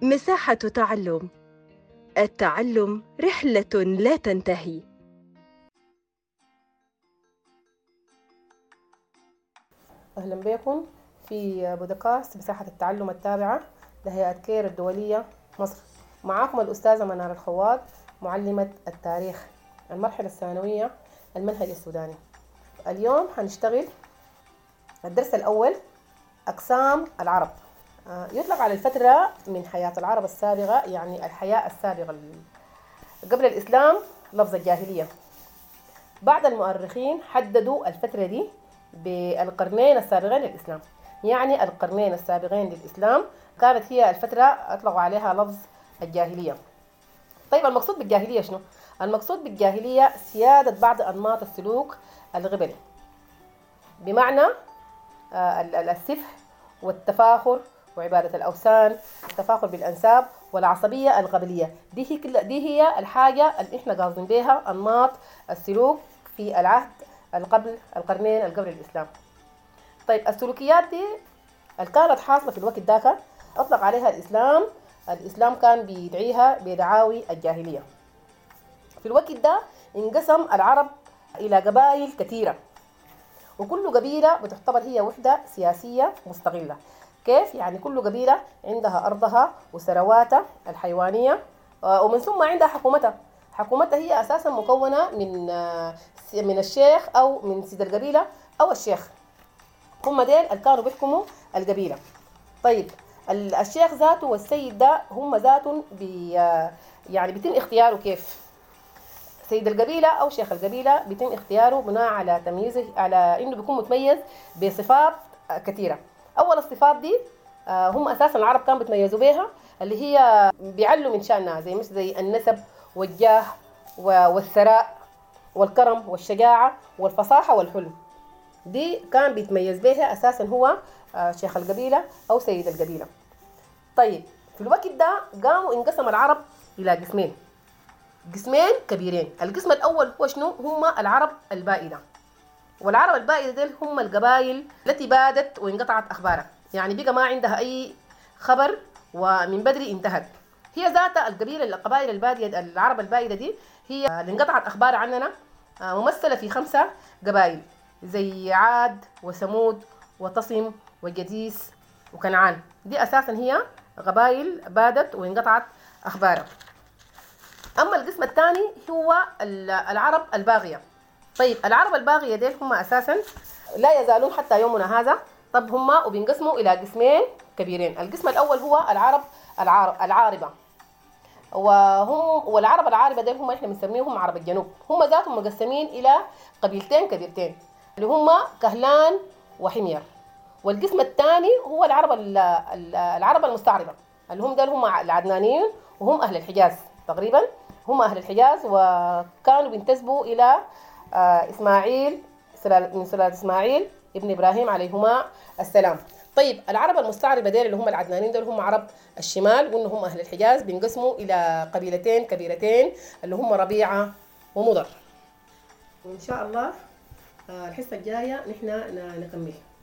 مساحة تعلم. التعلم رحلة لا تنتهي. أهلا بكم في بودكاست مساحة التعلم التابعة لهيئة كير الدولية مصر. معاكم الأستاذة منار الخواد، معلمة التاريخ المرحلة الثانوية المنهج السوداني. اليوم هنشتغل الدرس الأول، أقسام العرب. يطلق على الفترة من حياة العرب السابقة، يعني الحياة السابقة قبل الإسلام، لفظ الجاهلية. بعض المؤرخين حددوا الفترة دي بالقرنين السابقين للإسلام، يعني القرنين السابقين للإسلام كانت هي الفترة أطلقوا عليها لفظ الجاهلية. طيب المقصود بالجاهلية شنو؟ المقصود بالجاهلية سيادة بعض أنماط السلوك الغبلي، بمعنى السفه والتفاخر وعبادة الأوثان، التفاخر بالأنساب والعصبية القبلية. دي هي الحاجة اللي احنا قاصدين بها أنماط السلوك في العهد القبل القرنين قبل الإسلام. طيب السلوكيات دي اللي كانت حاصلة في الوقت ذاك أطلق عليها الإسلام كان بيدعيها بدعاوي الجاهلية. في الوقت ده انقسم العرب إلى قبائل كثيرة، وكل قبيلة بتعتبر هي وحدة سياسية مستقلة. كيف؟ يعني كل قبيلة عندها أرضها وثرواتها الحيوانية، ومن ثم عندها حكومتها. حكومتها هي أساسا مكونة من الشيخ أو من سيد القبيلة أو الشيخ، هم ديل اللي كانوا بيحكموا القبيلة. طيب الشيخ ذاته والسيد ده هم ذاتهم يعني بيتم اختياره كيف؟ سيد القبيلة أو شيخ القبيلة بيتم اختياره بناء على تمييزه، على إنه بيكون متميز بصفات كثيرة. أول الصفات دي هم أساسا العرب كانوا بيتميزوا بها، اللي هي بيعلوا من شأنها، زي النسب والجاه والثراء والكرم والشجاعة والفصاحة والحلم. دي كان بيتميز بها أساسا هو شيخ القبيلة أو سيد القبيلة. طيب في الوقت ده قاموا انقسم العرب إلى قسمين كبيرين. القسم الأول هو شنو؟ هم العرب البائدة. والعرب البائدة دي هم القبائل التي بادت وانقطعت أخبارها، يعني بقى ما عندها أي خبر ومن بدري انتهت. هي ذات القبائل البادية، العرب البائدة دي هي اللي انقطعت أخبار عننا، ممثلة في 5 قبائل زي عاد وثمود وتصم وجديس وكنعان. دي أساسا هي قبائل بادت وانقطعت أخبارها. أما القسم الثاني هو العرب الباغية. طيب العرب الباغية ديل هم أساسا لا يزالون حتى يومنا هذا. طب هم وبينقسموا إلى قسمين كبيرين. القسم الأول هو العرب العاربة، والعرب العاربة ديل هم احنا بنسميهم عرب الجنوب. هم ذاتهم مقسمين إلى قبيلتين كبيرتين اللي هم كهلان وحمير. والقسم الثاني هو العرب المستعربة، اللي هم ديل هم العدنانيين، وهم أهل الحجاز تقريبا. هم أهل الحجاز وكانوا بينتسبوا إلى إسماعيل، من سلالة إسماعيل ابن إبراهيم عليهما السلام. طيب العرب المستعربة ديل اللي هم العدنانيين دول هم عرب الشمال، وإنه هم أهل الحجاز، بينقسموا إلى قبيلتين كبيرتين اللي هم ربيعة ومضر. وإن شاء الله الحصة الجاية نحن نكمل.